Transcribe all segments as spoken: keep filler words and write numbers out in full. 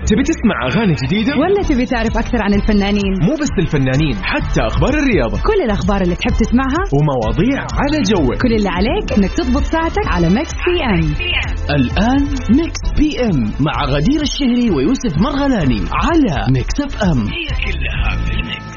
تبي تسمع أغاني جديدة ولا تبي تعرف أكثر عن الفنانين؟ مو بس الفنانين، حتى أخبار الرياضة، كل الأخبار اللي تحب تسمعها ومواضيع على جوك. كل اللي عليك إنك تضبط ساعتك على ميكس بي إم. الآن ميكس بي إم مع غدير الشهري ويوسف مرغلاني على ميكس اف ام. هي كلها في الميكس.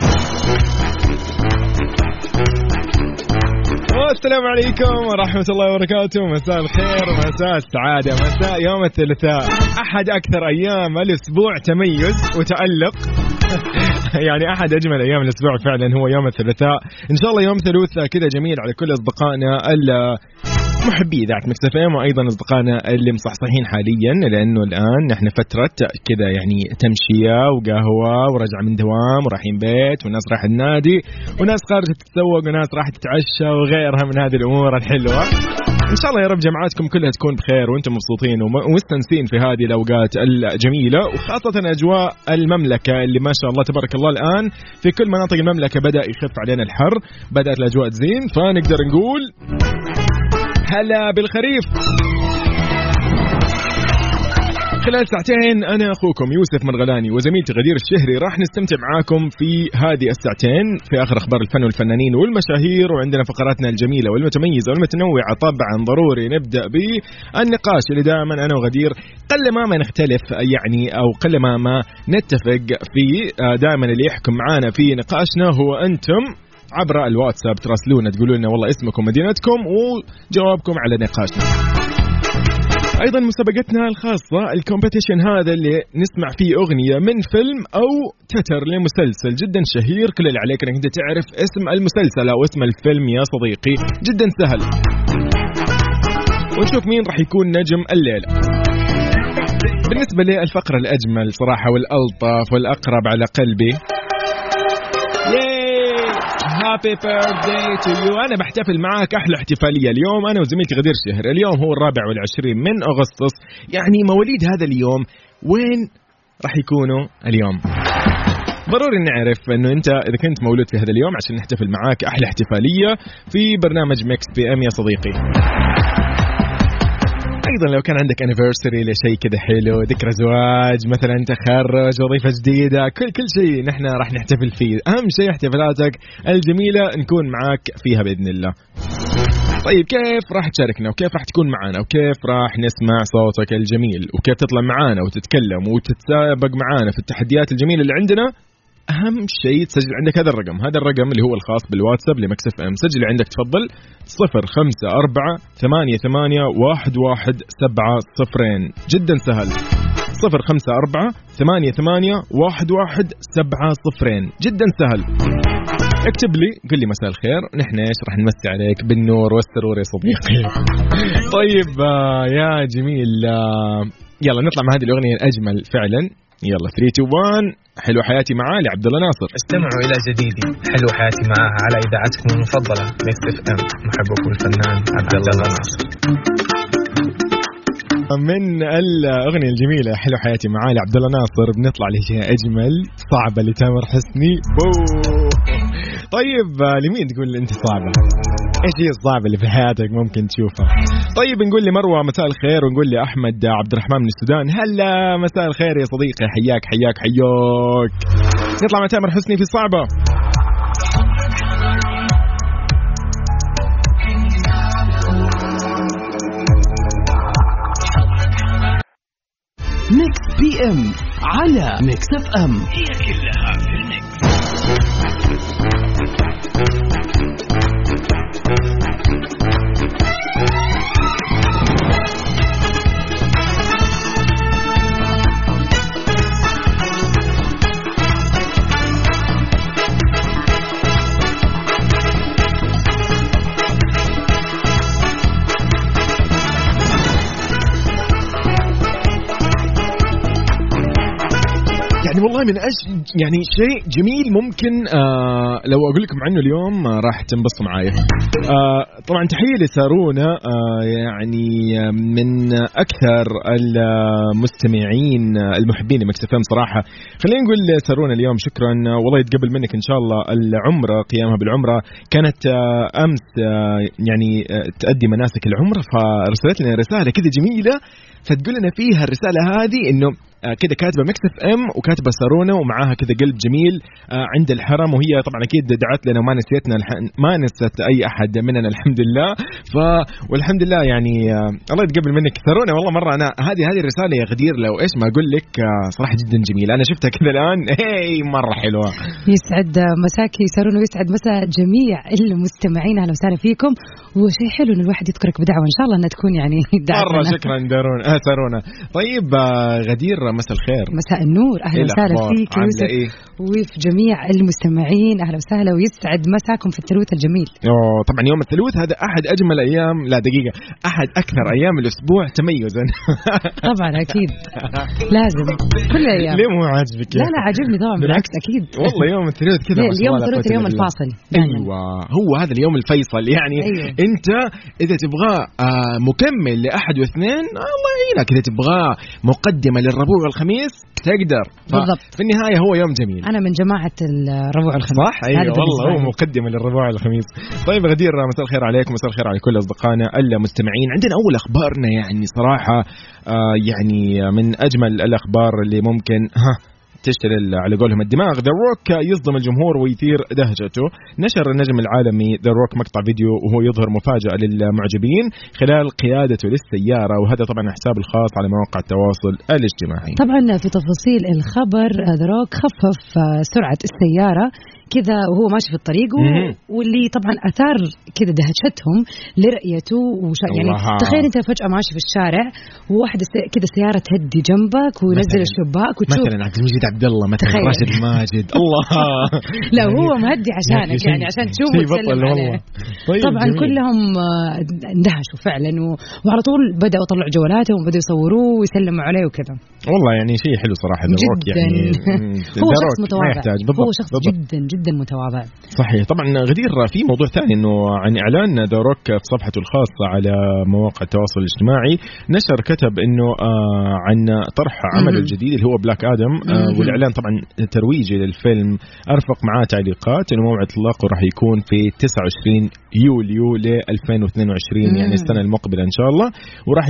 السلام عليكم ورحمة الله وبركاته. مساء الخير، مساء السعادة، مساء يوم الثلاثاء، أحد أكثر أيام الأسبوع تميز وتألق. يعني أحد أجمل أيام الأسبوع فعلا هو يوم الثلاثاء. إن شاء الله يوم ثلاثاء كذا جميل على كل أصدقائنا محبي إذاعة ميكس اف ام، وأيضا أصدقائنا اللي مصحصحين حاليا، لأنه الآن نحن فترة كذا يعني تمشية وقهوة ورجع من دوام ورايحين بيت، وناس راح النادي، وناس خارجة تتسوق، وناس راح تتعشى وغيرها من هذه الأمور الحلوة. إن شاء الله يا رب جماعاتكم كلها تكون بخير وأنتم مبسوطين ومستنسين في هذه الأوقات الجميلة، وخاصة أجواء المملكة اللي ما شاء الله تبارك الله الآن في كل مناطق المملكة بدأ يخف علينا الحر، بدأت الأجواء تزين، فنقدر نقول هلا بالخريف. خلال ساعتين أنا أخوكم يوسف مرغلاني وزميلتي غدير الشهري راح نستمتع معاكم في هذه الساعتين في آخر أخبار الفن والفنانين والمشاهير، وعندنا فقراتنا الجميلة والمتميزة والمتنوعة. طبعا ضروري نبدأ بالنقاش اللي دائما أنا وغدير قل ما ما نختلف يعني أو قل ما ما نتفق فيه. دائما اللي يحكم معانا في نقاشنا هو أنتم عبر الواتساب، تراسلونا تقولوا لنا والله اسمكم ومدينتكم وجوابكم على نقاشنا. أيضا مسابقتنا الخاصة الكومبيتيشن هذا اللي نسمع فيه أغنية من فيلم أو تتر لمسلسل جدا شهير، كل اللي عليك أنك تعرف اسم المسلسل أو اسم الفيلم يا صديقي، جدا سهل، ونشوف مين راح يكون نجم الليلة. بالنسبة لي الفقرة الأجمل صراحة والألطف والأقرب على قلبي، هابي بيرثداي تو يو. أنا بحتفل معاك أحلى احتفالية اليوم أنا وزميلتي غدير الشهري. اليوم هو الرابع والعشرين من أغسطس، يعني مواليد هذا اليوم وين راح يكونوا اليوم؟ ضروري نعرف أنه أنت إذا كنت مولود في هذا اليوم عشان نحتفل معاك أحلى احتفالية في برنامج ميكس بي ام يا صديقي. أيضا لو كان عندك anniversary لشيء كده حلو، ذكرى زواج مثلا، تخرج، وظيفة جديدة، كل كل شيء نحن راح نحتفل فيه. أهم شيء احتفالاتك الجميلة نكون معاك فيها بإذن الله. طيب كيف راح تشاركنا وكيف راح تكون معنا وكيف راح نسمع صوتك الجميل وكيف تطلع معنا وتتكلم وتتسابق معنا في التحديات الجميلة اللي عندنا؟ أهم شيء تسجل عندك هذا الرقم، هذا الرقم اللي هو الخاص بالواتساب لميكس اف ام. سجل عندك تفضل صفر خمسة أربعة ثمانية ثمانية واحد واحد سبعة صفرين، جدا سهل، صفر خمسة أربعة ثمانية ثمانية واحد واحد سبعة صفرين، جدا سهل. اكتب لي قل لي مساء الخير، نحن ايش راح نمسي عليك بالنور والسرور يا صديقي. طيب يا جميل، يلا نطلع مع هذه الأغنية الأجمل فعلا. يلا ثلاثة اثنين واحد، حلو حياتي معاه لعبد الله ناصر. استمعوا إلى جديدي حلو حياتي معاها على إذاعتكم المفضلة ميكس اف ام، محبكم الفنان عبد الله ناصر. من الأغنية الجميلة حلو حياتي معاه لعبد الله ناصر بنطلع لشيء أجمل، صعبة لتامر حسني. بو طيب لمين تقول أنت صعبة؟ إيش هي الصعبة اللي في حياتك ممكن تشوفها؟ طيب نقول لي مروة مساء الخير، ونقول لي أحمد عبد الرحمن من السودان هلا مساء الخير يا صديقي، حياك حياك حياك. نطلع مع تامر حسني في صعبة. ميكس بي ام على ميكس اف ام، هي كلها في الميكس. يعني والله من أش يعني شيء جميل ممكن آه لو أقول لكم عنه اليوم آه راح تنبسطوا معايا. آه طبعا تحية لسارونا، آه يعني من أكثر المستمعين المحبين لميكس اف ام صراحة. خلينا نقول سارونا اليوم شكرا، والله يتقبل منك إن شاء الله العمرة، قيامها بالعمرة كانت آه أمس آه يعني آه تؤدي مناسك العمرة، فرسلت لنا رسالة كذا جميلة، فتقول لنا فيها الرسالة هذه إنه آه كده كاتبه ميكس اف ام وكاتبه سارونا ومعاها كذا قلب جميل آه عند الحرم، وهي طبعا اكيد دعت لنا وما نسيتنا الح... ما نسيت اي احد مننا الحمد لله. ف والحمد لله يعني آه الله يتقبل منك سارونا. والله مره انا هذه هذه الرساله يا غدير لو ايش ما اقول لك آه صراحه جدا جميله، انا شفتها كذا الان هي مره حلوه. يسعد مساكي سارونا ويسعد مساء جميع المستمعين، اهلا وسهلا فيكم. وشيء حلو ان الواحد يذكرك بدعوه، ان شاء الله انها تكون يعني مره شكرا دارون آه سارونا. طيب آه غدير مساء الخير. مساء النور، اهلا وسهلا فيك يوسف إيه؟ وفي جميع المستمعين، اهلا وسهلا ويسعد مساكم في الثلوث الجميل. اوه طبعا يوم الثلوث هذا احد اجمل ايام، لا دقيقه احد اكثر ايام الاسبوع تميزا. طبعا اكيد لازم كل ايام. ليه مو عاجبك؟ لا لا عاجبني طبعا بالعكس اكيد. والله يوم الثلوث كذا اليوم الثلوث اليوم الفاصل. ايوه هو هذا اليوم الفيصل يعني. أيوة. انت اذا تبغى آه مكمل لاحد واثنين الله يعينك، اذا تبغى مقدمه للربوع والخميس تقدر. بالضبط. في النهايه هو يوم جميل. انا من جماعه الربوع والخميس. صح ايوه والله هو مقدمه للربوع والخميس. طيب غدير مساء الخير عليكم، مساء الخير على كل اصدقائنا المستمعين. عندنا اول اخبارنا يعني صراحه آه يعني من اجمل الاخبار اللي ممكن ها تشتغل على قولهم الدماغ. ذا روك يصدم الجمهور ويثير دهشته. نشر النجم العالمي ذا روك مقطع فيديو وهو يظهر مفاجأة للمعجبين خلال قيادته للسيارة، وهذا طبعا حساب الخاص على مواقع التواصل الاجتماعي. طبعا في تفاصيل الخبر ذا روك خفف سرعة السيارة كذا وهو ماشي في الطريق و... واللي طبعا اثار كذا دهشتهم لرؤيته وش... يعني تخيل انت فجأة ماشي في الشارع وواحدة س... كذا سيارة تهدي جنبك وينزل الشباك وتشوف مثلا عبد المجيد عبد الله مثلا راشد الماجد الله لا هو مهدي عشانك يعني عشان تشوف وتسلم عليه. طيب طبعا جميل. كلهم اندهشوا فعلا و... وعلى طول بدأوا يطلعوا جوالاتهم وبدأوا يصوروه ويسلموا عليه وكذا. والله يعني شيء حلو صراحة ذا روك يعني هو شخص متواضع، هو شخص جدا جدا متواضع. صحيح. طبعا غدير في موضوع ثاني انه عن اعلان ذا روك في صفحته الخاصة على مواقع التواصل الاجتماعي نشر كتب انه آه عن طرح عمل الجديد اللي هو بلاك ادم آه والاعلان طبعا ترويجي للفيلم. ارفق معاه تعليقات انه موعد اطلاقه راح يكون في تسعة وعشرين يوليو ل ألفين واثنين وعشرين يعني السنة المقبلة ان شاء الله، وراح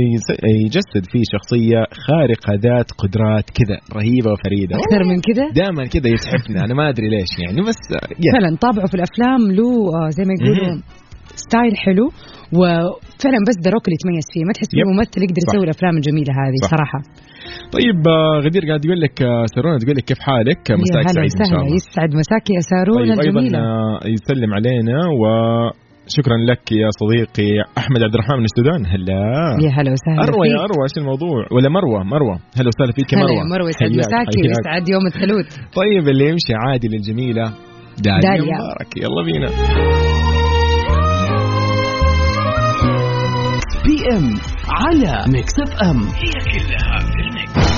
يجسد فيه شخصية خارقة ذات قدرات كذا رهيبة وفريدة. اكثر من كذا دائما كذا يتحفنا انا ما ادري ليش يعني بس فعلا طابعه في الافلام له زي ما يقولوا ستايل حلو وفعلا بس ذا روك اللي يتميز فيه، ما تحس فيه ممثل يقدر يسوي الافلام الجميله هذه صح. صراحه. طيب غدير قاعد يقول لك سارونا تقول لك كيف حالك؟ مساك سعيد ان شاء الله. يسعد مساك يا سارونا طيب الجميله. ايضا يسلم علينا و شكرا لك يا صديقي احمد عبد الرحمن من السودان. هلا يا هلا وسهلا اروى يا اروى ايش الموضوع ولا مروه مروه هلا وسهلا فيك يا مروه. هلا مروه يسعد مساكي ويسعد يوم الثلوث. طيب اللي يمشي عادي للجميله داليا, داليا. مبارك يلا بينا بي ام على ميكس اف ام هي كلها في الميكس.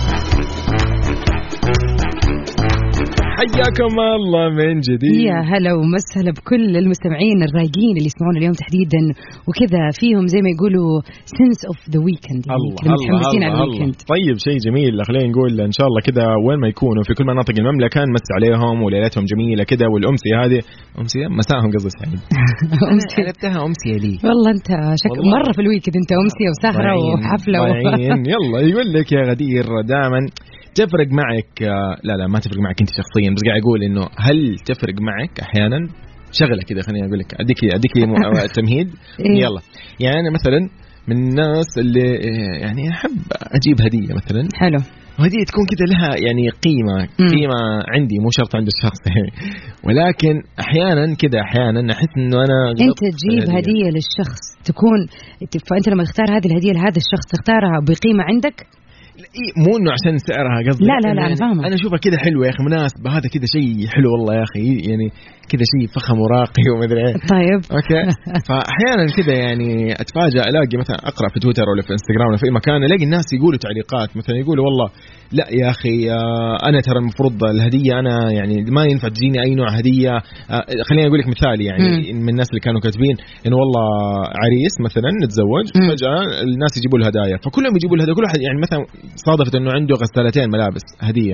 حياكم الله من جديد. يا هلا ومسهلا بكل المستمعين الرايقين اللي يسمعون اليوم تحديدا وكذا فيهم زي ما يقولوا sense of the weekend يعني كذا متحمسين على الويكند. طيب شيء جميل خلينا نقول ان شاء الله كذا وين ما يكونوا في كل مناطق المملكه نمس عليهم وليلتهم جميله كذا والامسيه هذه امسيه مساهم قصدي سعيد. امسيه قلبتها امسيه لي والله انت شكل مره في الويكند انت امسيه وسهره وحفله يلا يقول لك يا غدير دائما تفرق معك لا لا ما تفرق معك انت شخصيا بس قاعد اقول انه هل تفرق معك احيانا شغله كده خليني اقول لك اديك اديك تمهيد. يلا يعني انا مثلا من الناس اللي يعني احب اجيب هديه مثلا حلو وهديه تكون كده لها يعني قيمه قيمه عندي مو شرط عند الشخص ولكن احيانا كده احيانا احس انه انا انت تجيب هديه, هدية للشخص تكون فانت لما تختار هذه الهديه لهذا الشخص تختارها بقيمه عندك مو انه عشان سعرها قصدي لا لا لا انا فاهمه انا اشوفها كده حلوه يا اخي مناسبه هذا كده شيء حلو والله يا اخي يعني كده شيء فخم وراقي وما ادري ايه طيب اوكي فاحيانا كده يعني اتفاجئ الاقي مثلا اقرا في تويتر ولا في انستغرام ولا في اي مكان الاقي الناس يقولوا تعليقات مثلا يقولوا والله لا يا اخي انا ترى المفروض الهديه انا يعني ما ينفع تجيني اي نوع هديه. خليني اقول لك مثال يعني م. من الناس اللي كانوا كاتبين انه والله عريس مثلا نتزوج فجاه الناس يجيبوا له هدايا فكلهم يجيبوا له هدايا كل واحد يعني مثلا صادفت انه عنده غسالتين ملابس هديه.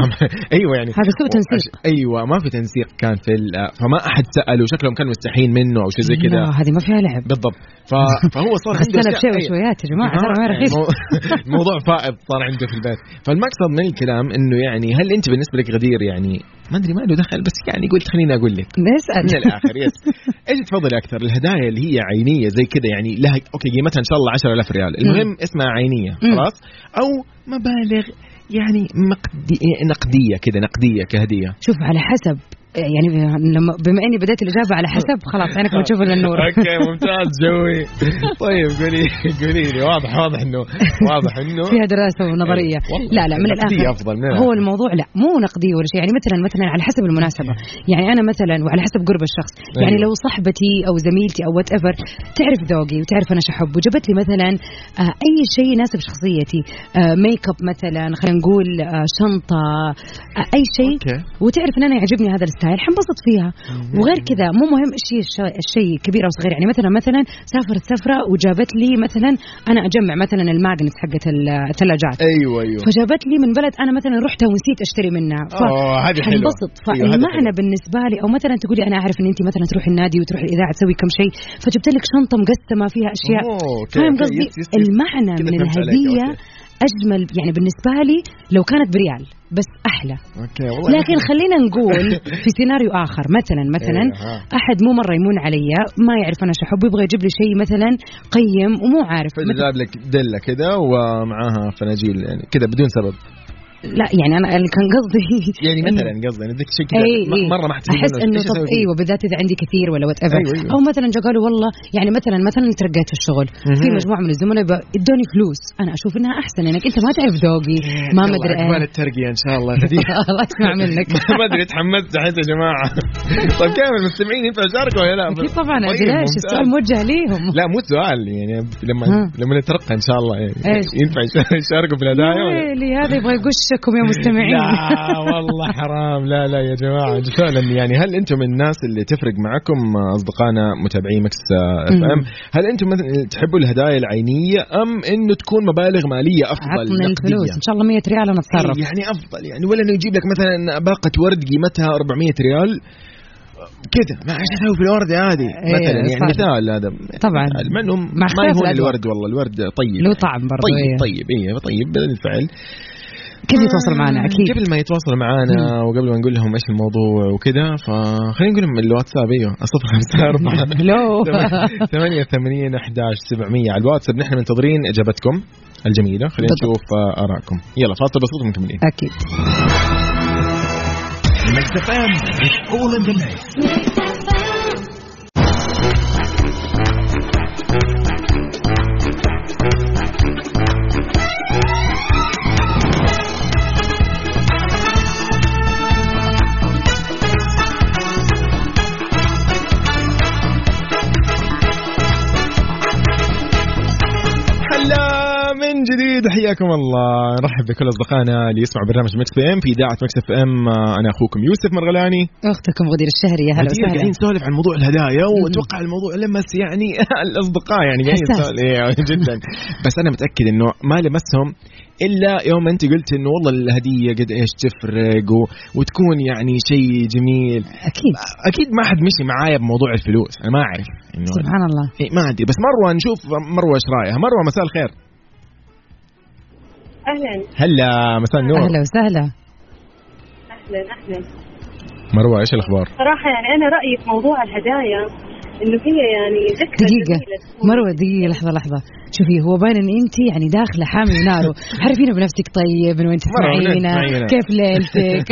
ايوه يعني هذا سوء تنسيق. ايوه ما في تنسيق كان في فما احد ساله، شكلهم كانوا مستحين منه او شيء زي كذا. هذه ما فيها لعب بالضبط. فهو صار عنده استنى بشيء وشويات يا جماعه ترى ما رخيص. الموضوع فائض صار عنده في البيت. فالمقصد من الكلام انه يعني هل انت بالنسبه لك غدير يعني ما ادري ما له دخل بس يعني قلت خليني اقول لك نسال من الاخر. يس ايش تفضل اكثر الهدايا اللي هي عينيه زي كذا يعني لها اوكي قيمتها ان شاء الله عشرة آلاف ريال المهم م. اسمها عينيه خلاص، او مبالغ يعني مقدي نقديه كذا نقديه كهديه؟ شوف على حسب يعني لما بما اني بدأت الإجابة على حسب خلاص عينك ما تشوف الا النور. اوكي ممتاز جوي. طيب قولي قولي لي واضح واضح انه واضح انه فيها دراسة ونظرية. لا لا من الآخر أفضل من هو الموضوع لا مو نقدي ولا شيء يعني مثلا مثلا على حسب المناسبة يعني أنا مثلا وعلى حسب قرب الشخص يعني لو صاحبتي أو زميلتي أو وات ايفر تعرف ذوقي وتعرف أنا شحب وجبت لي مثلا آه أي شيء يناسب شخصيتي آه ميك اب مثلا خلينا نقول آه شنطة آه أي شيء وتعرف أن أنا يعجبني هذا الستايل حنبسط فيها. وغير كذا مو مهم الشيء الشيء كبير أو صغير يعني مثلا مثلا سافرت سفرة وجابت لي مثلا أنا أجمع مثلا الماجنت حقت الثلاجات أيوة أيوة فجابت لي من بلد أنا مثلا رحتها ونسيت أشتري منها فحنبسط. فالمعنى بالنسبة لي أو مثلا تقولي أنا أعرف إن أنت مثلا تروحي النادي وتروحي الإذاعة تسوي كم شيء فجبت لك شنطة مقسمة فيها أشياء فاهم قصدي؟ المعنى من الهدية أجمل يعني بالنسبة لي لو كانت بريال بس أحلى. أوكي لكن خلينا نقول في سيناريو آخر مثلا مثلا أحد مو مرة يمون علي ما يعرف أنا شو أحب يبغى يجيب لي شيء مثلا قيم ومو عارف فجاب لك دلة كذا ومعاها فناجيل يعني كذا بدون سبب. لا يعني انا اللي كان قصدي يعني مثلا قصدي انك شيء كذا أي مره ما حتسوي احس انه طب ايوه بالذات اذا عندي كثير ولا وات ايفر أيوة أيوة. او مثلا جا قالوا والله يعني مثلا مثلا ترقيت في الشغل في مجموعه من الزملاء ادوني فلوس انا اشوف انها احسن انك انت ما تعرف ذوقي ما مدري ايه اقبال الترقيه ان شاء الله الله يسمع منك ما ادري تحمست حتى يا جماعه. طيب كيف المستمعين ينفع يشاركوا ولا لا؟ اكيد طبعا ليش السؤال موجه ليهم. لا مو سؤال يعني لما لما نترقى ان شاء الله يعني ينفع يشاركوا في الهدايا اللي هذا يبغى يغشكم يا مستمعين. لا والله حرام. لا لا يا جماعة فعلا يعني هل أنتم من الناس اللي تفرق معكم أصدقائنا متابعين مكس اف ام هل أنتم مثلا تحبوا الهدايا العينية أم إنه تكون مبالغ مالية أفضل من الفلوس إن شاء الله مية ريال أنا أتصرف يعني أفضل يعني ولا إنه يجيب لك مثلا باقة ورد قيمتها أربعمية ريال كده ما عشان تسوي في الورد عادي مثلا يعني مثال هذا طبعا منهم ما يهون الورد والله الورد طيب له طعم برضه طيب طيب إيه طيب بالفعل. كيف يتواصل معنا أكيد قبل ما يتواصل معنا مم. وقبل ما نقول لهم إيش الموضوع وكذا فخلينا نقول لهم الواتساب أيوه صفر خمسة أربعة ثمانية ثمانين أحد عشر سبعمية على الواتساب. نحن منتظرين إجابتكم الجميلة خلينا نشوف آراءكم. يلا فاصل بسيط ومكملين أكيد. من جديد حياكم الله نرحب بكل أصدقائنا اللي يسمعوا برنامج مكس بي ام في إذاعة مكس اف ام. أنا أخوكم يوسف مرغلاني أختكم غدير الشهري. يا هلا وسهلا. قاعدين نسولف عن موضوع الهدايا وأتوقع الموضوع لمس يعني الأصدقاء يعني قاعدين نسولف جدا بس أنا متأكد إنه ما لمسهم إلا يوم أنت قلت إنه والله الهدية قد إيش تفرق و... وتكون يعني شيء جميل. أكيد أكيد ما حد مشي معايا بموضوع الفلوس أنا ما أعرف إنه سبحان الله إيه ما أدري بس مروة نشوف مروة إيش رأيها. مروة مساء الخير. أهلا هلا مساء النور. أهلا وسهلا. أهلا أهلا مروة إيش الأخبار؟ صراحة يعني أنا رأيي في موضوع الهدايا إنه هي يعني ذكرى دقيقة مروة دقيقة لحظة لحظة شوفي هو باين إن أنت يعني داخلة حامي وناره عارفينه بنفسك طيب من وين تسمعينا كيف ليلتك.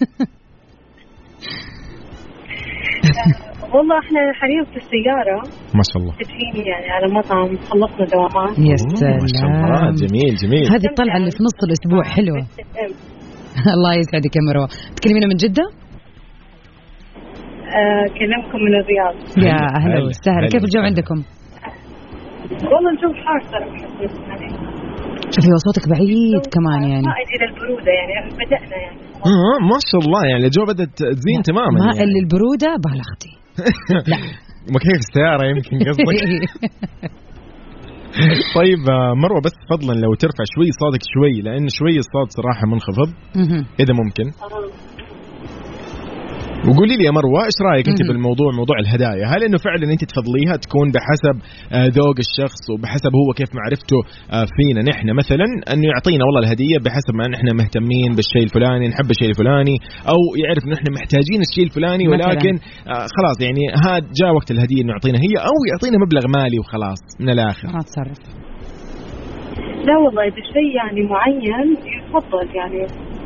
والله احنا حاليا في السيارة ما شاء الله تجيني يعني على مطعم خلصنا دوامات. يا سلام جميل جميل. هذه الطلعة اللي في نص الأسبوع حلوة. الله يسعدك يا مروة. تكلمينا من جدة؟ أكلمكم من الرياض. يا أهلا وسهلا. كيف الجو عندكم؟ والله الجو حار صراحة. شوفي صوتك بعيد كمان يعني ما أجي للبرودة يعني بدأنا يعني آه ما شاء الله يعني الجو بدأت تزين تماما ما يعني. البرودة بلغتي. لا مكيف السيارة يمكن قصدك. طيب مروة بس فضلا لو ترفع شوي صوتك شوي لأن شوي الصوت صراحة منخفض إذا ممكن. وقولي لي يا مروة إيش رأيك أنت بالموضوع موضوع الهدايا؟ هل إنه فعلا أنت تفضليها تكون بحسب ذوق الشخص وبحسب هو كيف معرفته فينا نحن مثلا أنه يعطينا والله الهدية بحسب ما نحن مهتمين بالشيء الفلاني نحب الشيء الفلاني أو يعرف إنه نحن محتاجين الشيء الفلاني ولكن خلاص يعني هذا جاء وقت الهدية إنه يعطينا هي أو يعطينا مبلغ مالي وخلاص من الآخر. ما تصرف. لا والله إذا شيء يعني معين يفضل يعني.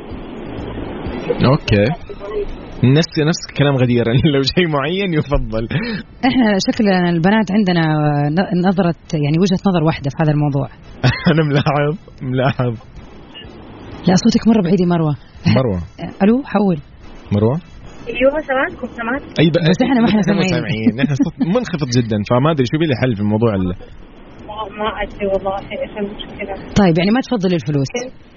أوكي. نفس نفس كلام غدير لو شيء معين يفضل. احنا شكلنا البنات عندنا نظرة يعني وجهة نظر واحدة في هذا الموضوع. انا ملاحظ ملاحظ. لا صوتك مرة بعيد مروة. مروة. الو حول. مروة. ايوه سمعتكم سمعت. اي بس احنا ما احنا سامعين. نحن صوت منخفض جدا فما ادري شو بي لي حل في الموضوع ال... ما ادري والله ايش المشكلة. طيب يعني ما تفضل الفلوس.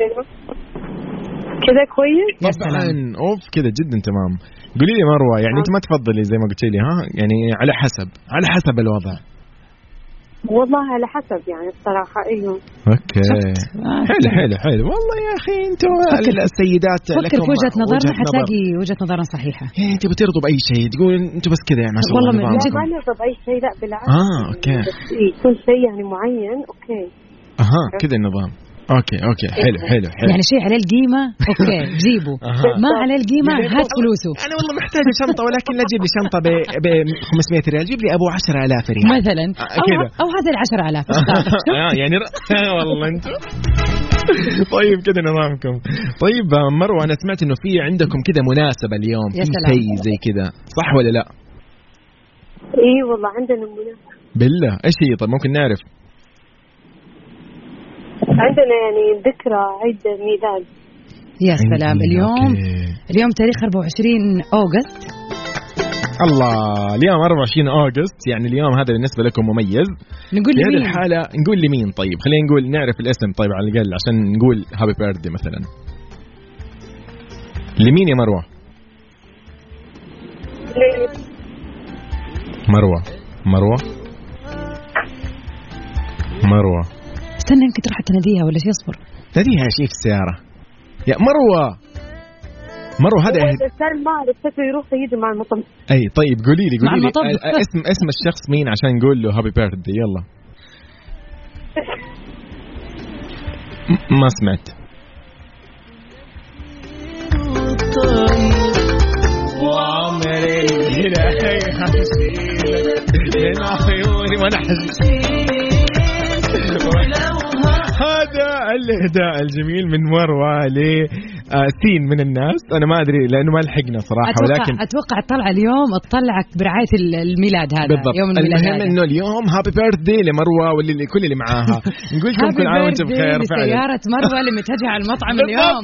كذا كويس؟ طبعا اوف كذا جدا تمام. قولي لي مروة يعني انت ما تفضلي زي ما قلت لي ها يعني على حسب على حسب الوضع. والله على حسب يعني الصراحة ايوه. اوكي حلو حلو حلو والله يا اخي انتوا السيدات فكر في وجهة نظرنا حتلاقي وجهة نظرنا صحيحة. يعني انتوا بترضوا باي شيء تقول انتوا بس كذا يعني ما شاء الله. والله ما نرضى باي شيء لا بالعكس. اه اوكي. يكون شيء يعني معين اوكي. اها كذا النظام. اوكي اوكي حلو حلو حلو. يعني شيء عليه القيمه اوكي جيبه ما عليه القيمه هات فلوسه. انا والله محتاج شنطه ولكن لا تجيب لي شنطه ب خمسمية ريال جيب لي ابو عشرة آلاف ريال مثلا او او هذا ال عشرة آلاف اه يعني والله انت. طيب كذا نظامكم. طيب مروه انا سمعت انه في عندكم كذا مناسبه اليوم في شيء زي كذا صح ولا لا؟ اي والله عندنا مناسبه. بالله ايش هي؟ طيب ممكن نعرف. عندنا يعني ذكرى عيد ميلاد. يا سلام اليوم أوكي. اليوم تاريخ أربعة وعشرين أغسطس. الله اليوم أربعة وعشرين أغسطس يعني اليوم هذا بالنسبة لكم مميز. نقول لمين؟ في هذه الحالة نقول لمين طيب خلينا نقول نعرف الاسم طيب على الأقل عشان نقول هابي بيرثدي مثلا. لمين يا مروة؟ مروة مروة مروة استنى يمكن تروح تناديها ولا شيء اصبر. ناديها شيء في السيارة يا مروة. مروة هذا صار ما عرفته يروح يجي مع المطب. اي طيب قولي لي قولي لي اسم اسم الشخص مين عشان نقول له هابي بيرثدي يلا. ما سمعت. وعمري هذا الإهداء الجميل من مروة لسين من الناس. أنا ما أدري لأنه ما لحقنا صراحة أتوقع ولكن أتوقع الطلعة اليوم اطلعك برعاية الميلاد هذا بالضبط. يوم الميلاد المهم إنه اليوم هابي بيرثدي لمروة واللي كل اللي معاها نقول لكم كل عام وأنتم بخير. فعلا سيارة مروة اللي متجهة على المطعم اليوم.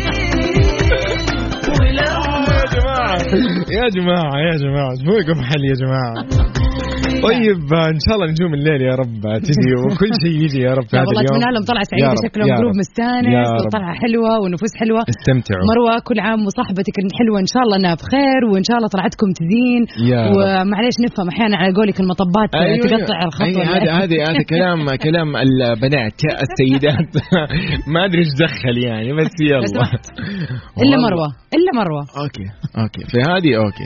يا جماعة يا جماعة يا جماعة فوقكم حل يا جماعة. طيب ان شاء الله نجوم الليل يا رب تجي وكل شيء يجي يا رب في هذا اليوم. والله اتمنى لهم طلعه سعيده شكلهم جروب مستانس وطلعه حلوه ونفوس حلوه. استمتعوا. مروه كل عام وصاحبتك الحلوه ان شاء الله انها بخير وان شاء الله طلعتكم تزين. ومعليش نفهم احيانا على قولك المطبات أيوة تقطع الخطوه. هذا هذا هذا كلام كلام البنات السيدات ما ادري ايش دخل يعني بس يلا. الا مروه الا مروه. اوكي اوكي في هذه اوكي.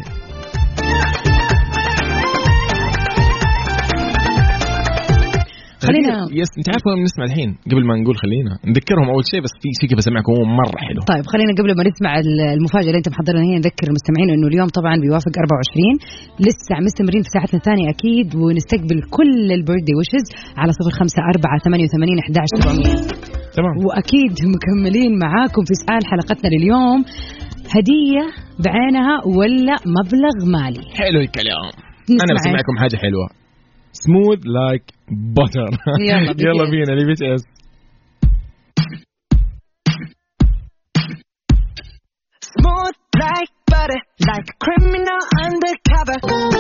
خلينا يس انت عارف وين نسمع الحين قبل ما نقول خلينا نذكرهم اول شيء بس في شيء بسمعكم هو مره حلو. طيب خلينا قبل ما نسمع المفاجاه اللي انت محضرنا هي نذكر المستمعين انه اليوم طبعا بيوافق أربعة وعشرين لسه مستمرين في ساعتنا الثانيه اكيد ونستقبل كل البيرثدي ويشز على صفر خمسة أربعة ثمانية وثمانين أحد عشر سبعمية. تمام. واكيد مكملين معاكم في سؤال حلقتنا لليوم هديه بعينها ولا مبلغ مالي. حلو الكلام. انا بسمعكم حاجه حلوه smooth like butter. يلا بينا يلا بينا لي بيت اس smooth like butter like a criminal undercover.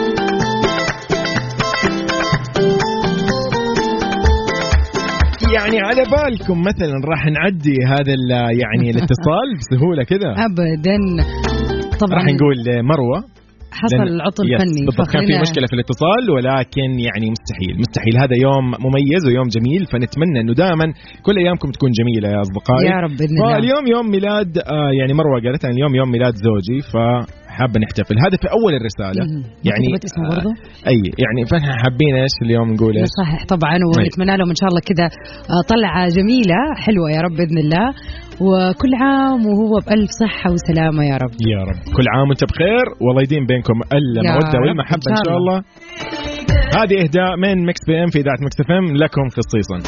يعني على بالكم مثلا راح نعدي هذا يعني الاتصال بسهوله كذا؟ ابدا. طبعا راح نقول مروه حصل عطل فني. كان في مشكلة في الاتصال، ولكن يعني مستحيل مستحيل هذا يوم مميز ويوم جميل، فنتمنى إنه دائما كل أيامكم تكون جميلة يا أصدقائي يا رب بإذن الله. اليوم يوم ميلاد آه يعني مروة قالت أن اليوم يوم ميلاد زوجي، ف حابة نحتفل. هذا في أول الرسالة يعني آه أي يعني فنحن حابين إيش اليوم نقول إيش صحيح طبعا، ونتمنى لهم إن شاء الله كذا طلعة جميلة حلوة يا رب بإذن الله، وكل عام وهو بألف صحة وسلامة يا رب. يا رب كل عام وانت بخير، والله يديم بينكم المودة والمحبة إن شاء الله. هذه إهداء من ميكس بي ام في إذاعة ميكس اف ام لكم خصيصا.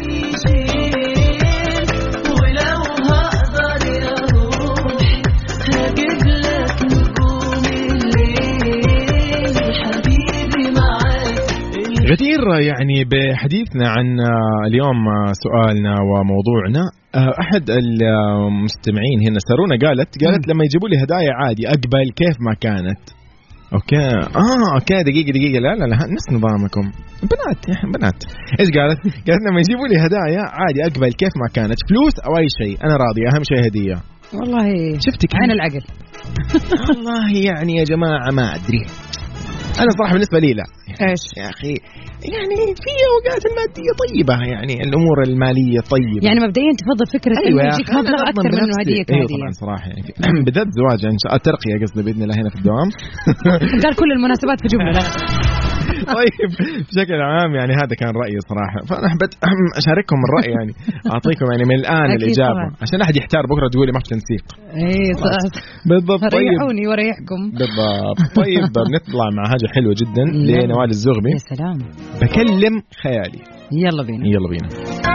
غدير يعني بحديثنا عن اليوم سؤالنا وموضوعنا، أحد المستمعين هنا سارونا قالت قالت لما يجيبوا لي هدايا عادي أقبل كيف ما كانت. أوكي آه أوكي دقيقة دقيقة لا لا لا نفس نظامكم بنات يا بنات. إيش قالت؟ قالت لما يجيبوا لي هدايا عادي أقبل كيف ما كانت، فلوس أو أي شيء أنا راضي، أهم شيء هدية. والله شفتك عين العقل. والله يعني يا جماعة ما أدري، أنا صراحة بالنسبة لي لا. إيش يا أخي يعني في أوقات المادية طيبة، يعني الأمور المالية طيبة، يعني مبدئيا تفضل فكرة أيوة إنه يجيك مبلغ أكثر منه هدية كهدية. أيوة طبعا صراحة يعني بالذات زواج إن شاء الله ترقية قصدي بإذن الله هنا في الدوام. قال كل المناسبات في جملة. طيب بشكل عام يعني هذا كان رأيي صراحة، فأنا حبيت أشارككم الرأي يعني أعطيكم يعني من الآن الإجابة طبعا. عشان أحد يحتار بكرة تقولي ما في تنسيق. إيه صح بالضبط. طيب ريحوني وريحكم. بالضبط. طيب نطلع مع حاجة حلوة جدا لنوال الزغبي. يا سلام. بكلم خيالي. يلا بينا يلا بينا.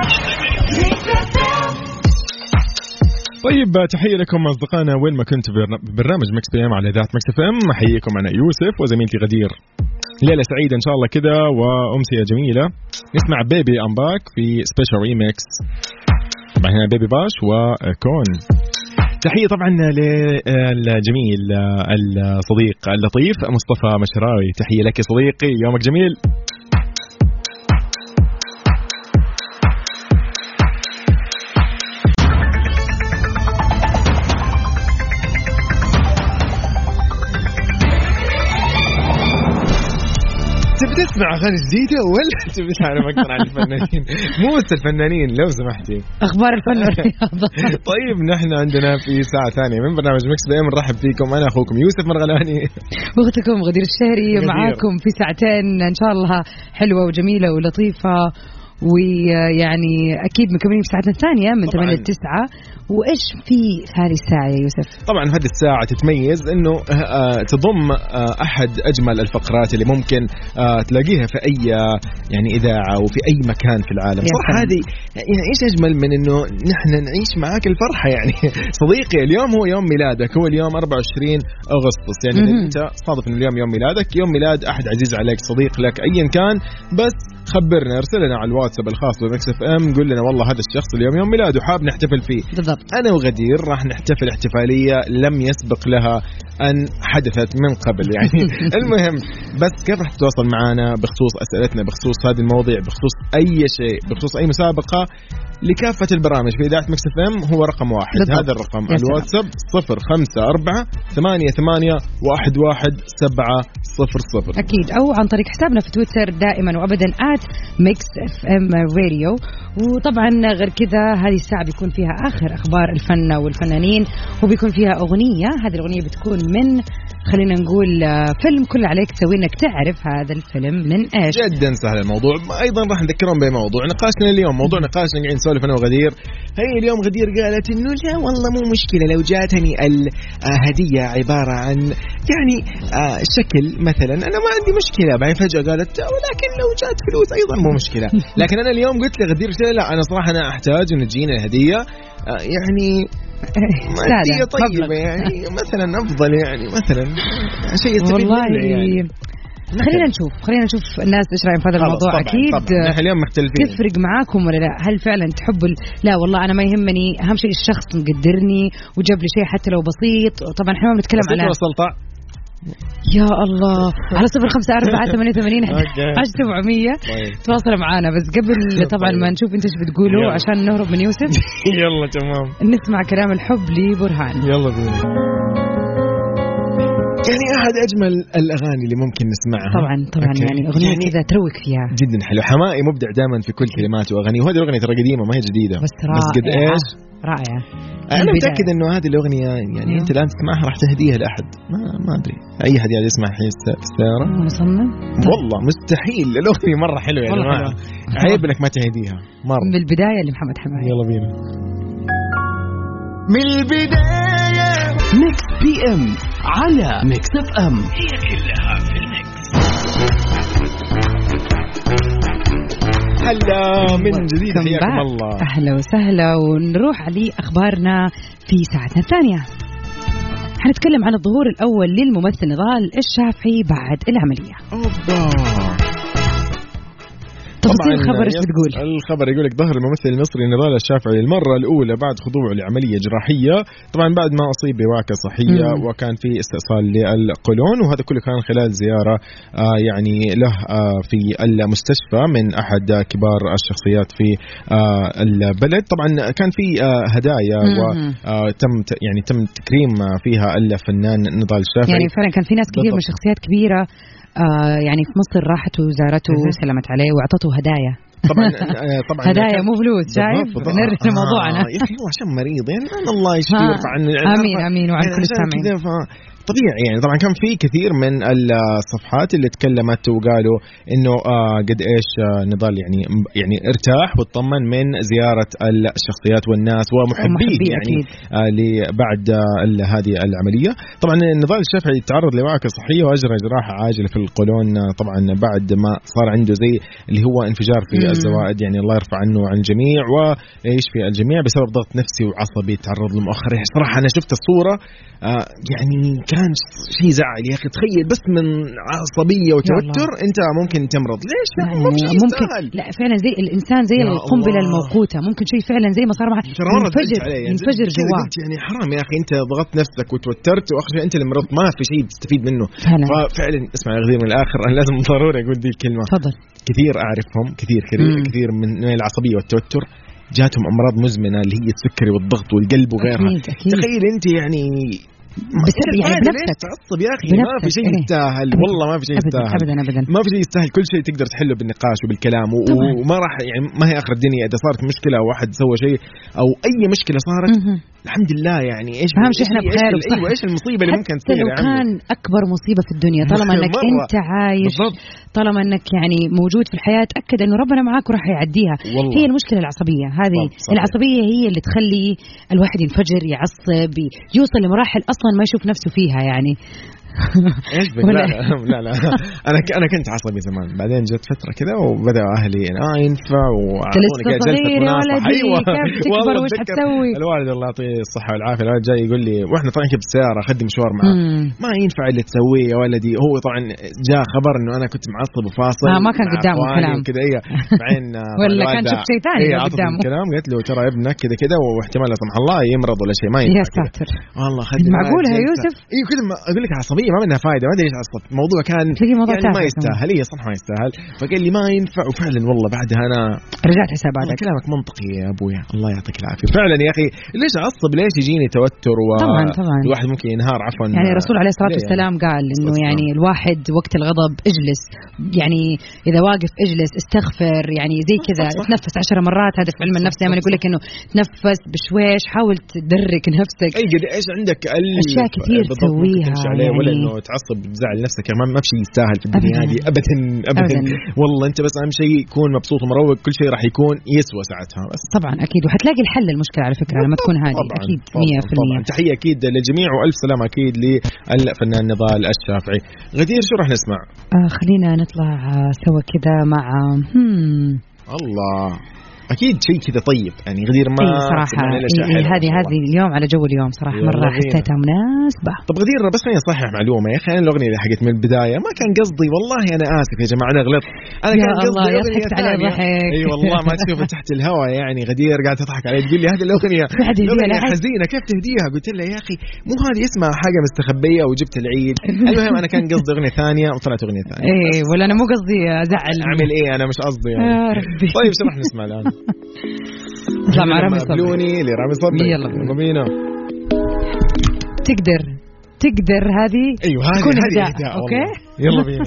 طيب تحية لكم أصدقائنا وين ما كنت برنامج مكس بي ام على إذاعة مكس اف ام. أحييكم أنا يوسف وزميلتي غدير. ليلة سعيدة إن شاء الله كده وأمسية جميلة. نسمع بيبي أم باك في سبيشال ريميكس. طبعا هنا بيبي باش وكون. تحية طبعا للجميل الصديق اللطيف مصطفى مشراوي. تحية لك يا صديقي، يومك جميل. تسمع أغاني جديدة ولا تبي تعرف أكثر عن الفنانين؟ مو بس الفنانين لو سمحتي، أخبار الفن والرياضة. طيب نحن عندنا في ساعة ثانية من برنامج مكس بي ام نرحب فيكم. أنا أخوكم يوسف مرغلاني وأختكم غدير الشهري معاكم في ساعتين إن شاء الله حلوة وجميلة ولطيفة، ويعني أكيد مكملين في ساعتنا الثانية من ثمانية لتسعة. وإيش في هذه الساعة يا يوسف؟ طبعا هذه الساعة تتميز إنه تضم أحد أجمل الفقرات اللي ممكن تلاقيها في أي يعني إذاعة وفي أي مكان في العالم. صراحة هذه يعني إيش أجمل من إنه نحن نعيش معاك الفرحة يعني. صديقي اليوم هو يوم ميلادك، هو اليوم أربعة وعشرين أغسطس، يعني أنت صادف إنه اليوم يوم ميلادك، يوم ميلاد أحد عزيز عليك، صديق لك أيا كان، بس خبرنا ارسل لنا على الواتساب الخاص بمكس اف ام، قول لنا والله هذا الشخص اليوم يوم ميلاده حاب نحتفل فيه. بالضبط. انا وغدير راح نحتفل احتفاليه لم يسبق لها ان حدثت من قبل يعني. المهم بس كيف راح تتواصل معنا بخصوص اسئلتنا، بخصوص هذه المواضيع، بخصوص اي شيء، بخصوص اي مسابقه لكافة البرامج في إذاعة مكس اف ام، هو رقم واحد. بالضبط. هذا الرقم الواتساب صفر خمسة أربعة ثمانية ثمانية واحد واحد سبعة صفر صفر. أكيد، أو عن طريق حسابنا في تويتر دائما وأبدا آت ميكس اف ام راديو. وطبعا غير كذا هذه الساعة بيكون فيها آخر أخبار الفن والفنانين، وبيكون فيها أغنية. هذه الأغنية بتكون من خلينا نقول فيلم، كل عليك تسوي انك تعرف هذا الفيلم من ايش. جدا سهل الموضوع. ايضا راح نذكرهم بموضوع نقاشنا اليوم. موضوع نقاشنا قاعدين نسولف انا وغدير. هي اليوم غدير قالت انه لا والله مو مشكله لو جاتني الهديه عباره عن يعني شكل مثلا، انا ما عندي مشكله. بعدين فجاه قالت ولكن لو جات فلوس ايضا مو مشكله. لكن انا اليوم قلت لغدير لا انا صراحه انا احتاج انه تجينا الهديه يعني مادية طيبة يعني مثلا أفضل يعني مثلا شيء يستفيد منه يعني. خلينا نشوف خلينا نشوف الناس ايش رايهم في هذا الموضوع. طبعًا أكيد طبعًا. اليوم مختلفين. تفرق معاكم ولا لا؟ هل فعلا تحبوا ال... لا والله أنا ما يهمني، أهم شيء الشخص مقدرني وجاب لي شيء حتى لو بسيط. طبعا احنا ما بنتكلم على وصلت يا الله على صفر خمسة أربعة ثمانية ثمانين عشرة سبعمية. تواصلوا معنا بس قبل طبعا ما نشوف انت ايش بتقولوا عشان نهرب من يوسف. يلا تمام نسمع كلام الحب لبرهان. يلا بينا. يعني أحد أجمل الأغاني اللي ممكن نسمعها. طبعا طبعا أوكي. يعني أغنية يعني كذا تروق فيها جدا حلو. حمائي مبدع دائما في كل كلماته وأغانيه، وهذه الأغنية ترى قديمة ما هي جديدة بس, بس قد إيش رائعة. أنا متأكد إنه هذه الأغنية يعني أنت الآن تسمعها راح تهديها لأحد، ما ما أدري أي أحد يعني يسمع الحين السيارة مصمم والله مستحيل. الأغنية مرة حلوة يا جماعة، عيب إنك ما تهديها مرة. من البداية لمحمد حمائي. يلا بينا من البداية. ميكس بي ام على ميكس اف ام، هي كلها في الميكس. هلا من جديد، حياكم الله. أهلا وسهلا. ونروح لأخبارنا في ساعتنا الثانية. حنتكلم عن الظهور الأول للممثل نضال الشافعي بعد العملية. أوبا. تفاصيل الخبر ايش بتقول؟ الخبر يقول لك ظهر الممثل المصري نضال الشافعي للمرة الأولى بعد خضوعه لعملية جراحية، طبعا بعد ما أصيب بوعكة صحية مم. وكان في استئصال للقولون، وهذا كله كان خلال زيارة آه يعني له آه في المستشفى من أحد كبار الشخصيات في آه البلد. طبعا كان في آه هدايا وتم يعني تم تكريم فيها الفنان نضال الشافعي. يعني فعلا كان في ناس كثير من شخصيات كبيرة آه يعني في مصر راحت وزارته وسلمت عليه وأعطته هدايا. طبعا طبعا هدايا مو فلوس. شايف نرجع لموضوعنا. يا أخي هو عشان مريض يعني الله يشفيه ويرفع عنه. آمين آمين وعن كل السامعين. طبيعي يعني طبعا كان في كثير من الصفحات اللي تكلمت وقالوا انه آه قد ايش آه نضال يعني يعني ارتاح واطمن من زياره الشخصيات والناس ومحبيه يعني آه لبعد آه هذه العمليه. طبعا نضال الشافعي تعرض لوعكه صحيه واجرى جراحه عاجله في القولون آه طبعا بعد ما صار عنده زي اللي هو انفجار في مم. الزوائد، يعني الله يرفع عنه عن الجميع ويشفي الجميع بسبب ضغط نفسي وعصبي تعرض له مؤخرا. صراحه انا شفت الصوره آه يعني كان شيء زعل يا أخي. تخيل بس من عصبية وتوتر أنت ممكن تمرض. ليش؟ ممكن, ممكن لا فعلا زي الإنسان زي القنبلة الموقوتة، ممكن شيء فعلا زي ما صار معه ينفجر يعني ينفجر جواه. يعني حرام يا أخي أنت ضغطت نفسك وتوترت وآخر شيء أنت اللي مرضت ما في شيء تستفيد منه. فعلا. ففعلا اسمع يا غدير من الآخر أنا لازم ضروري أقول دي الكلمة. تفضل. كثير أعرفهم كثير كثير من العصبية والتوتر جاتهم أمراض مزمنة اللي هي السكري والضغط والقلب وغيرها. أكيد أكيد. تخيل أنت يعني بسبب يعني بنفسك تعصب يا أخي ما في شيء يستاهل والله ما في شيء يستاهل أبدا أبدا ما في شيء يستاهل. كل شيء تقدر تحله بالنقاش وبالكلام و... وما راح يعني ما هي آخر الدنيا إذا صارت مشكلة أو واحد سوى شيء أو أي مشكلة صارت الحمد لله يعني إيش أهم شيء إحنا بخير وصح. أيوة إيش المصيبة اللي ممكن تصير لو كان أكبر مصيبة في الدنيا طالما أنك أنت عايش بالضبط. طالما أنك يعني موجود في الحياة تأكد أنه ربنا معاك وراح يعديها والله. هي المشكلة العصبية هذه العصبية هي اللي تخلي الواحد ينفجر يعصب يوصل لمراحل أصلا ما يشوف نفسه فيها يعني. ايش بك لا, لا لا انا انا كنت عصبي زمان بعدين جت فتره كذا وبدا اهلي يعني اه ينفع وعطوني كذا جلسه مناصحه. ايوه كيف تكبر وش حتسوي. الوالد الله يعطيه الصحه والعافيه الوالد جاي يقول لي واحنا طالعين بالسياره اخذ مشوار معاه ما ينفع اللي تسويه يا ولدي. هو طبعا جاء خبر انه انا كنت معصب وفاصل آه ما كان قدامه كلام كذا ايه بعدين ولا كان شوف شيء ثاني قدامه كلام قلت له ترى ابنك كذا كذا واحتمال لا سمح الله يمرض ولا شيء ما ينفع. يا ساتر والله خد معقول يا يوسف. ايوه كذا اقول لك عصبيه ما منها فايده ما ادري ايش عصب. الموضوع كان يعني ما يستاهل هي صح ما يستاهل فقال لي ما ينفع وفعلا والله بعدها انا رجعت حساباتك. كلامك منطقي يا ابويا الله يعطيك العافيه. فعلا يا اخي ليش اعصب ليش يجيني توتر و طبعا طبعا الواحد ممكن ينهار عفوا. يعني الرسول عليه الصلاه والسلام قال انه يعني الواحد وقت الغضب اجلس يعني اذا واقف اجلس استغفر يعني زي كذا تنفس عشر مرات. هذا في علم النفس دائما يقول لك انه تنفس بشويش حاول تدرك نفسك. اي قد ايش عندك اشياء كثير تسويها يعني ولا انه تعصب تزعل نفسك ما ما في شيء يستاهل في الدنيا هذه ابدا ابدا والله انت بس اهم شيء يكون مبسوط ومروق كل شيء راح يكون يسوى ساعتها بس. طبعا اكيد وحتلاقي الحل المشكله على فكره لما تكون هذه اكيد مية بالمية. تحيه اكيد للجميع والف سلامه اكيد للفنان نضال الشافعي. غدير شو راح نسمع؟ آه خلينا نطلع سوا كذا مع هم. الله اكيد شيء كذا طيب يعني غدير ما إيه صراحه إيه هذه هذه اليوم على جو اليوم صراحه مره حسيتها مناسبه. طب غدير بس خليني اصحح معلومه يا اخي انا الاغنيه اللي حقت من البدايه ما كان قصدي والله انا اسف يا جماعه انا غلطت انا كان قصدي يضحك علي ضحك. اي والله ما تشوف تحت الهواء يعني غدير قاعده تضحك علي تقول لي هذه الاغنيه اغنيه حزينه كيف تهديها. قلت لها يا اخي مو هذه اسمها حاجه مستخبيه وجبت العيد. المهم انا كان قصدي اغنيه ثانيه وطلعت اغنيه ثانيه. ايه ولا انا مو قصدي ازعل اعمل ايه انا مش قصدي يعني. يا ربي طيب شو راح نسمع الان؟ نطلع مع رامي صبري لرامي صبري. يلا بينا. تقدر تقدر هذه أيوة تكون هذه إهداء. أوكي يلا بينا.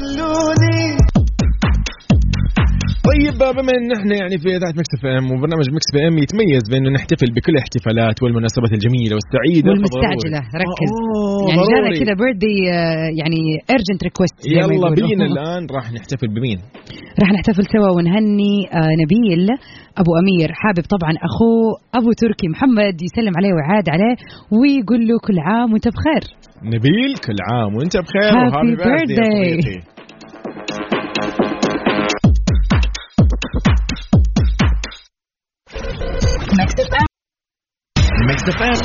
طيب بما ان احنا يعني في اذاعه مكس اف ام وبرنامج مكس اف ام يتميز بانه نحتفل بكل الاحتفالات والمناسبات الجميله والسعيده والمستعجله. ركز يعني جانا كذا بيردي يعني ارجنت ريكوست. يلا بينا الان راح نحتفل بمين؟ راح نحتفل سوا ونهني نبيل ابو امير. حابب طبعا اخوه ابو تركي محمد يسلم عليه ويعاد عليه ويقول له كل عام وانت بخير. نبيل كل عام وانت بخير وهابي بيرثداي. Mix the fan.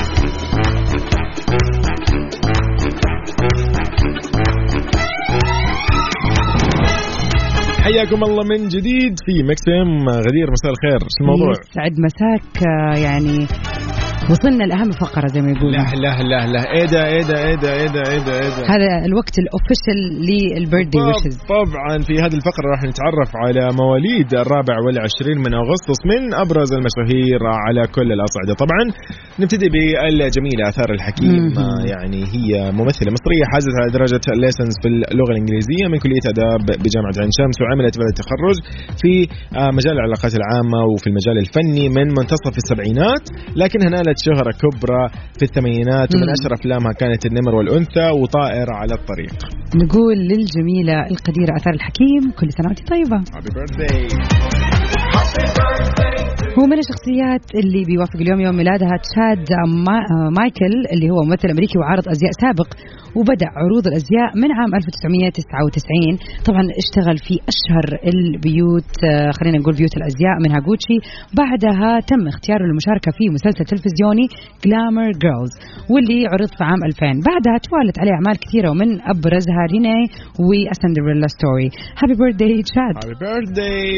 حياكم الله من جديد في مكس ام. غدير مساء الخير، شو الموضوع؟ يسعد مساك. يعني وصلنا لأهم فقرة زي ما يقولون. لا لا لا لا ايه ده ايه ده ايه ده ايه ده ايه ده ايه ده هذا الوقت الاوفيشال للبيرثدي ويشز. طبعا في هذه الفقرة راح نتعرف على مواليد الرابع والعشرين من أغسطس من أبرز المشاهير على كل الأصعدة. طبعا نبتدي بالجميلة آثار الحكيم. يعني هي ممثلة مصرية حازت على درجة الليسنس في اللغة الإنجليزية من كلية آداب بجامعة عين شمس، وعملت بعد التخرج في مجال العلاقات العامة وفي المجال الفني من منتصف السبعينات، لكنها نالت شهرة كبرى في الثمانينات ومن أشهر أفلامها كانت النمر والأنثى وطائر على الطريق. نقول للجميلة القديرة آثار الحكيم كل سنة وانت طيبة. Happy birthday. هو من الشخصيات اللي بيوافق اليوم يوم ميلادها تشاد مايكل اللي هو ممثل أمريكي وعارض أزياء سابق، وبدأ عروض الأزياء من عام ألف وتسعمية وتسعة وتسعين. طبعا اشتغل في أشهر البيوت، خلينا نقول بيوت الأزياء منها غوتشي. بعدها تم اختياره للمشاركة في مسلسل تلفزيوني جلامر جيرلز واللي عرض في عام ألفين. بعدها توالت عليه أعمال كثيرة ومن أبرزها ريني وسندريلا ستوري. هابي بيرثداي تشاد. هابي بيرثداي.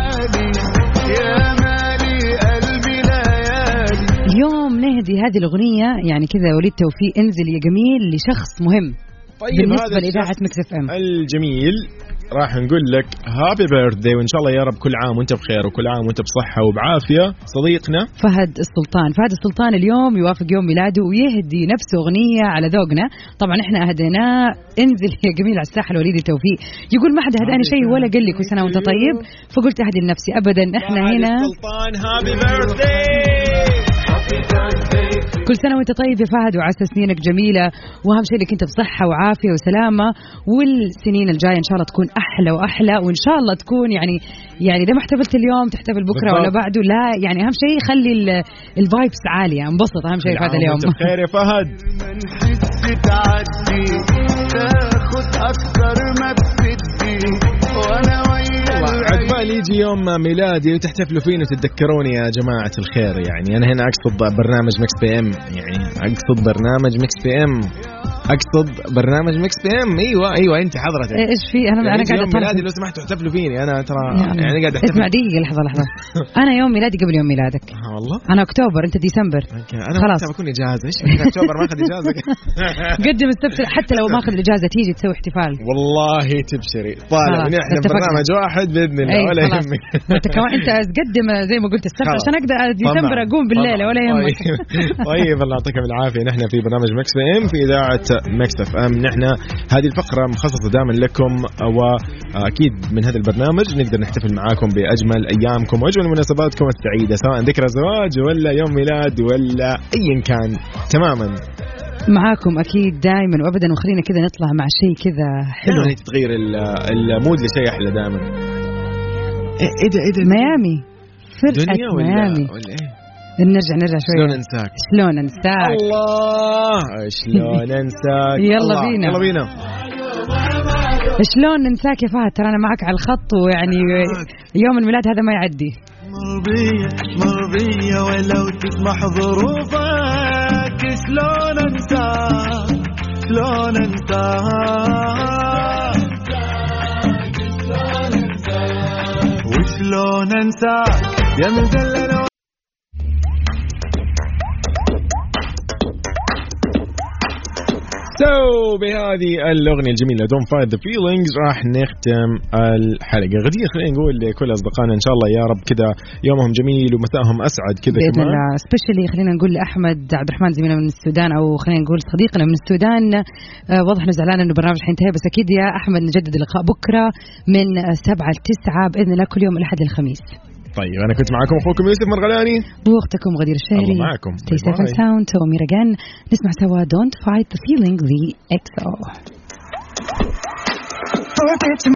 اليوم نهدي هذه الأغنية يعني كذا وليد توفيق انزل يا جميل لشخص مهم. طيب بالنسبة لإذاعة مكس اف ام الجميل راح نقول لك هابي بيرثداي وإن شاء الله يا رب كل عام وانت بخير وكل عام وانت بصحة وبعافية. صديقنا فهد السلطان. فهد السلطان اليوم يوافق يوم ميلاده ويهدي نفسه أغنية على ذوقنا. طبعا احنا أهديناه انزل يا جميل على الساحل وليد التوفيق. يقول ما حد هداني شيء ولا قال لي كل سنة وانت طيب، فقلت أهدي لنفسي. أبدا احنا هنا السلطان هابي بيرثداي. كل سنة وانت طيب يا فهد وعسى سنينك جميلة، وأهم شيء لك انت بصحة وعافية وسلامة، والسنين الجاية إن شاء الله تكون أحلى وأحلى، وإن شاء الله تكون يعني يعني إذا ما احتفلت اليوم تحتفل بكرة ولا بعده. لا يعني أهم شيء خلي الفايبس عالية، انبسط. أهم شيء في هذا اليوم. خير يا فهد. تاخد أكثر ما بتدي وأنا عقبال يجي يوم ميلادي وتحتفلوا فيني وتتذكروني يا جماعة الخير. يعني أنا هنا أقصد برنامج مكس بي ام، يعني أقصد برنامج مكس بي ام أقصد برنامج مكس بي ام. أيوة أيوة أنت حضرتك إيش في أنا يعني أنا قاعدة يوم ميلادي لو سمحتوا احتفلوا فيني أنا ترى يعني, يعني قاعد أحتفل. اسمع دقيقة لحظة لحظة أنا يوم ميلادي قبل يوم ميلادك. آه والله أنا أكتوبر أنت ديسمبر. أنا خلاص بكون إجازة. إيش أكتوبر ما أخذ إجازة. قدم السبت حتى لو ما أخذ الإجازة تيجي تسوي احتفال. والله تبشري طالع من إحنا برنامج واحد بإذن الله ولا يهمك. أنت كمان أنت قدم زي ما قلت السبت عشان أقدر ديسمبر أقوم بالليل ولا يهمك. طيب الله يعطيكم العافية. نحن في برنامج مكس اف ام في إذاعة مكس اف ام. نحن هذه الفقرة مخصصة دائما لكم، وأكيد من هذا البرنامج نقدر نحتفل معاكم بأجمل أيامكم وأجمل مناسباتكم السعيدة، سواء ذكرى زواج ولا يوم ميلاد ولا أيا كان. تماما معاكم أكيد دائما وأبدا. وخلينا كذا نطلع مع شيء كذا حلو يعني تتغير المود لشيء أحلى دائما. إيه ده إيه ده ميامي فرقة ميامي ولا إيه؟ نرجع نرجع شوي. شلون انساك شلون انساك الله شلون انساك يلا بينا يلا بينا. شلون ننساك يا فهد، ترى انا معك على الخط، ويعني يوم الميلاد هذا ما يعدي. مرضية مرضية ولو تسمح ظروفك. شلون انساك شلون انساك وشلون انساك يا مدلل. وبهذه الأغنية الجميلة Don't Fight the Feelings راح نختم الحلقة. غدير خلينا نقول لكل أصدقائنا إن شاء الله يا رب كذا يومهم جميل ومساءهم أسعد كذا بإذن الله. سبيشلي خلينا نقول لأحمد عبد الرحمن زميلنا من السودان أو خلينا نقول صديقنا من السودان. آه واضح إنه زعلان إنه برنامج حينتهي، بس أكيد يا أحمد نجدد اللقاء بكرة من سبعة لتسعة بإذن الله كل يوم الأحد الخميس. طيب أنا كنت معكم أخوكم يوسف مرغلاني وأختكم غدير الشهري. الله معكم. Stay safe and sound. تومير again. نسمع سوا Don't Fight the Feeling the إكس أو.